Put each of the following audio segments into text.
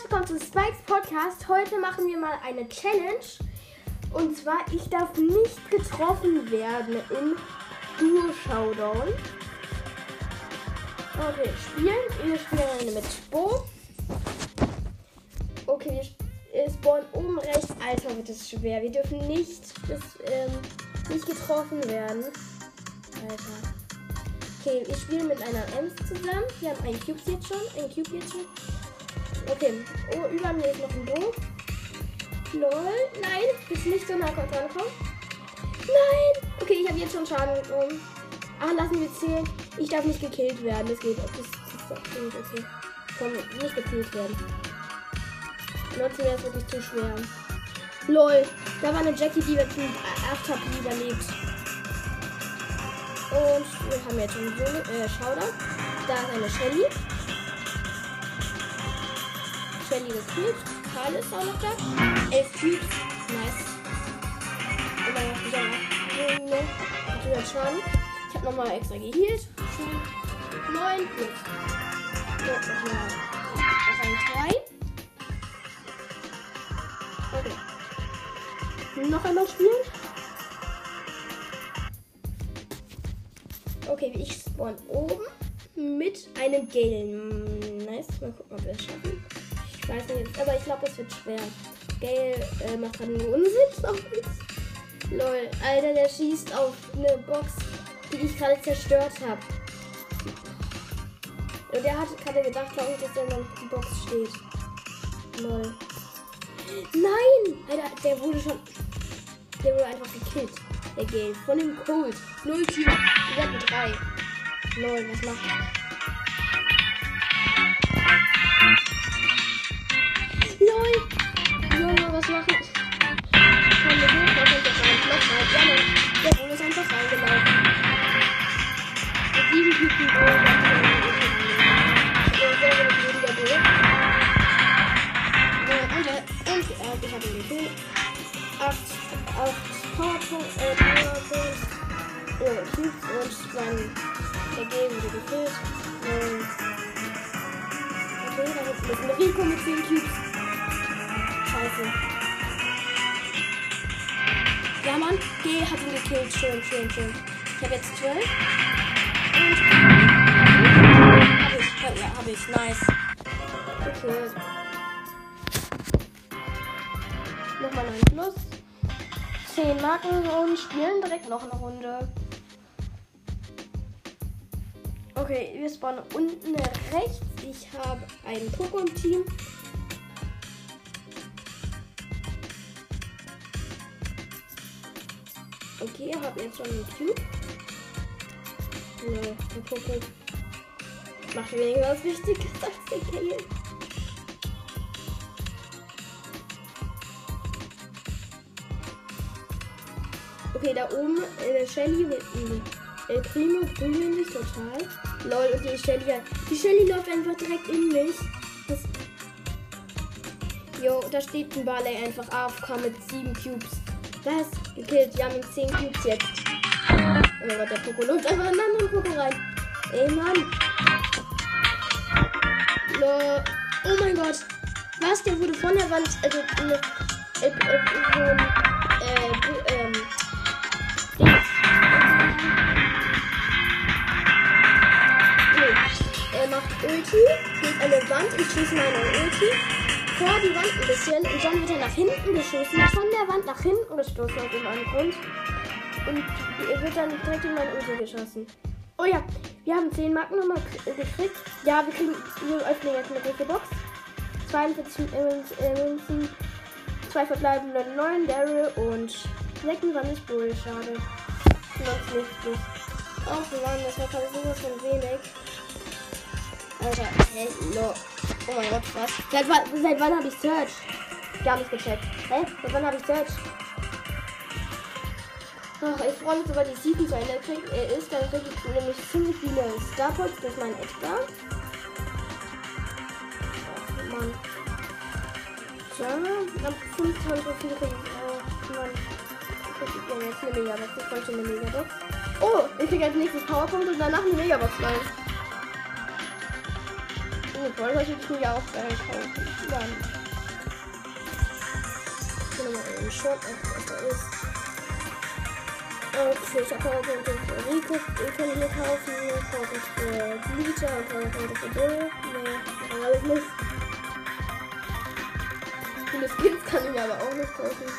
willkommen zu Spikes Podcast. Heute machen wir mal eine Challenge. Und zwar, ich darf nicht getroffen werden im Duo Showdown. Okay, wir spielen mit Bo. Okay, wir spawnen oben rechts. Alter, wird das schwer. Wir dürfen nicht getroffen werden. Alter. Okay, wir spielen mit einer Ems zusammen. Wir haben einen Cube jetzt schon. Okay, oh, über mir ist noch ein Bo. Lol, nein, bitte nicht so nah rankommen. Nein! Okay, ich habe jetzt schon Schaden genommen. Ah, lassen wir zählen. Ich darf nicht gekillt werden. Das geht. Das ist okay. Komm, nicht gekillt werden. Ansonsten wäre es wirklich zu schwer. Lol, da war eine Jackie, die jetzt mit 8 HP überlebt. Und wir haben jetzt schon so Showdown. Da ist eine Shelly. Shelly gekillt. Karl ist auch noch da. 11 Cubes. Nice. Und dann noch wieder Schaden. Ich habe nochmal extra geheilt. 9 plus. So, nochmal. Das sind 3. Okay. Noch einmal spielen. Okay, ich spawn oben mit einem Gale. Nice. Mal gucken, ob wir es schaffen. Ich weiß nicht, aber ich glaube, es wird schwer. Gale macht gerade einen Unsinn auf uns. Lol, Alter, der schießt auf eine Box, die ich gerade zerstört habe. Und der hat gerade gedacht, glaube ich, dass der in der Box steht. Lol. Nein! Alter, der wurde einfach gekillt. Der Gale. Von dem Cold. 0 Cube. Wir hatten 3. Lol, was macht er? Lol, was macht er? Komm, wir hoch, was ist rein? Nochmal. Der Bull ist einfach reingelaufen. Mit 7 Typen Bull. Der Bull. Und ich habe ihn gekillt. 8 Powerpoints. Cubes und dann der Game wurde gekillt. Okay, da hinten ist ein Rico mit 10 Cubes. Scheiße. Ja, Mann, G hat ihn gekillt. Schön. Ich habe jetzt 12. Und hab ich. Nice. Okay. Nochmal 9 plus. 10 Marken und spielen direkt noch eine Runde. Okay, wir spawnen unten rechts. Ich habe ein Pokémon-Team. Okay, ich habe jetzt schon einen Cube. Ne, ein Pokémon. Macht weniger was Wichtiges als der Gale. Okay, da oben Shelly mit El Primo grünen mich total. Lol, und die Shelly läuft einfach direkt in mich. Jo, da steht ein Barley einfach AFK mit 7 Cubes. Was? Gekillt. Wir haben ihn 10 Cubes jetzt. Oh mein Gott, der Poko läuft einfach in einen anderen Poko rein. Ey, Mann. Lol. Oh mein Gott. Was? Der wurde von der Wand, also er macht Ulti, geht an eine Wand, ich schieße meine Ulti vor die Wand ein bisschen und dann wird er nach hinten geschossen, von der Wand nach hinten gestoßen aus dem Grund und er wird dann direkt in meine Ulti geschossen. Oh ja, wir haben 10 Marken nochmal gekriegt. Ja, wir öffnen jetzt eine große Box. 42 Münzen, 2 verbleibende 9 Daryl und 26 Bull, schade. Sonst nichts plus. Oh Mann, das war gerade sowas von wenig. Alter, hello. Oh mein Gott, was? Seit wann habe ich Search? Gar nicht gecheckt. Hä? Seit wann habe ich Search? Ach, ich freue mich, sobald die Season zu Ende ist. Dann kriege ich nämlich ziemlich viele Starpoints. Das ist mein Edgar. Ach, Mann. So, dann 5 Trophäen kriege ich auch. Mann. Ich kriege jetzt eine Megabox. Ich wollte eine Megabox. Oh, ich kriege als nächstes Powerpunkt und danach eine Megabox rein. Brawl Pass würde ich mir ja auch gerne kaufen. Dann. Ich will nochmal einen Shop, was da ist. Okay, ich habe Powerpunkte für Rico, kann ich mir kaufen. Powerpunkte für Glitcher, Powerpunkte für Bull. Nee, alles nicht. Viele Skins kann ich mir aber auch nicht kaufen.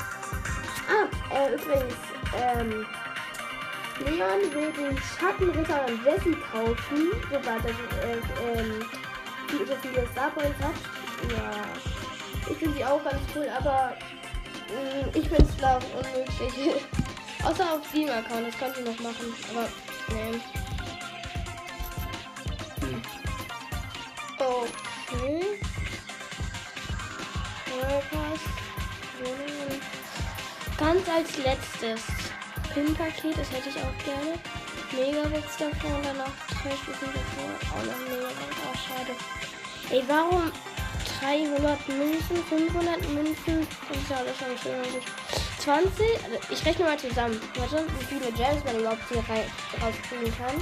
Übrigens, Leon will den Schattenritter und Jessie kaufen, sobald er so viele Starpoints hat. Ja, ich finde die auch ganz cool, aber ich finde es glaube ich unmöglich. Außer auf Steam-Account, das könnte ich noch machen, aber nee. Okay. Ganz als letztes Pin-Paket, das hätte ich auch gerne. Megabox davor und danach 2 Stufen davor. Auch noch Megabox, auch schade. Ey, warum 300 Münzen, 500 Münzen? Das ist ja alles schon schön und gut. 20, also ich rechne mal zusammen. Warte, wie viele Gems man überhaupt hier rauskriegen kann.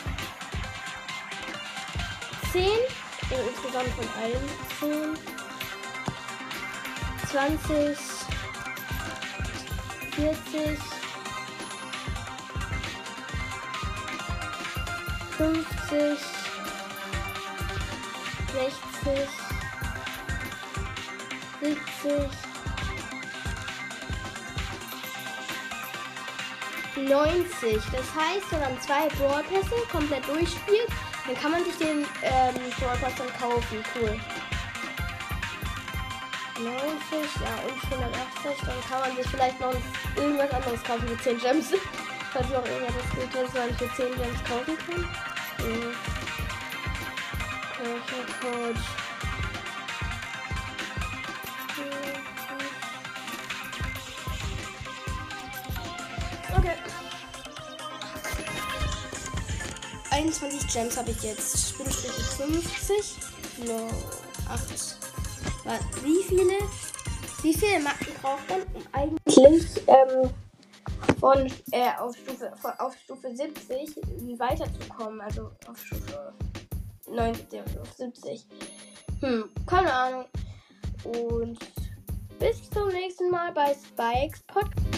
10, insgesamt von allen 10. 20, 40, 50, 60, 70, 90. Das heißt, wenn man 2 Brawl Pässe komplett durchspielt, dann kann man sich den Brawl Pass dann kaufen. Cool. 90, ja, und 180, dann kann man sich vielleicht noch irgendwas anderes kaufen für 10 Gems. Falls noch irgendwas gibt, was man für 10 Gems kaufen kann. Coach. Okay. 21 Gems habe ich jetzt. Spinnstücke 50. No, 8. Wie viele Marken braucht man, um eigentlich auf Stufe 70 weiterzukommen? Also auf Stufe 90, auf 70. Keine Ahnung. Und bis zum nächsten Mal bei Spikes Podcast.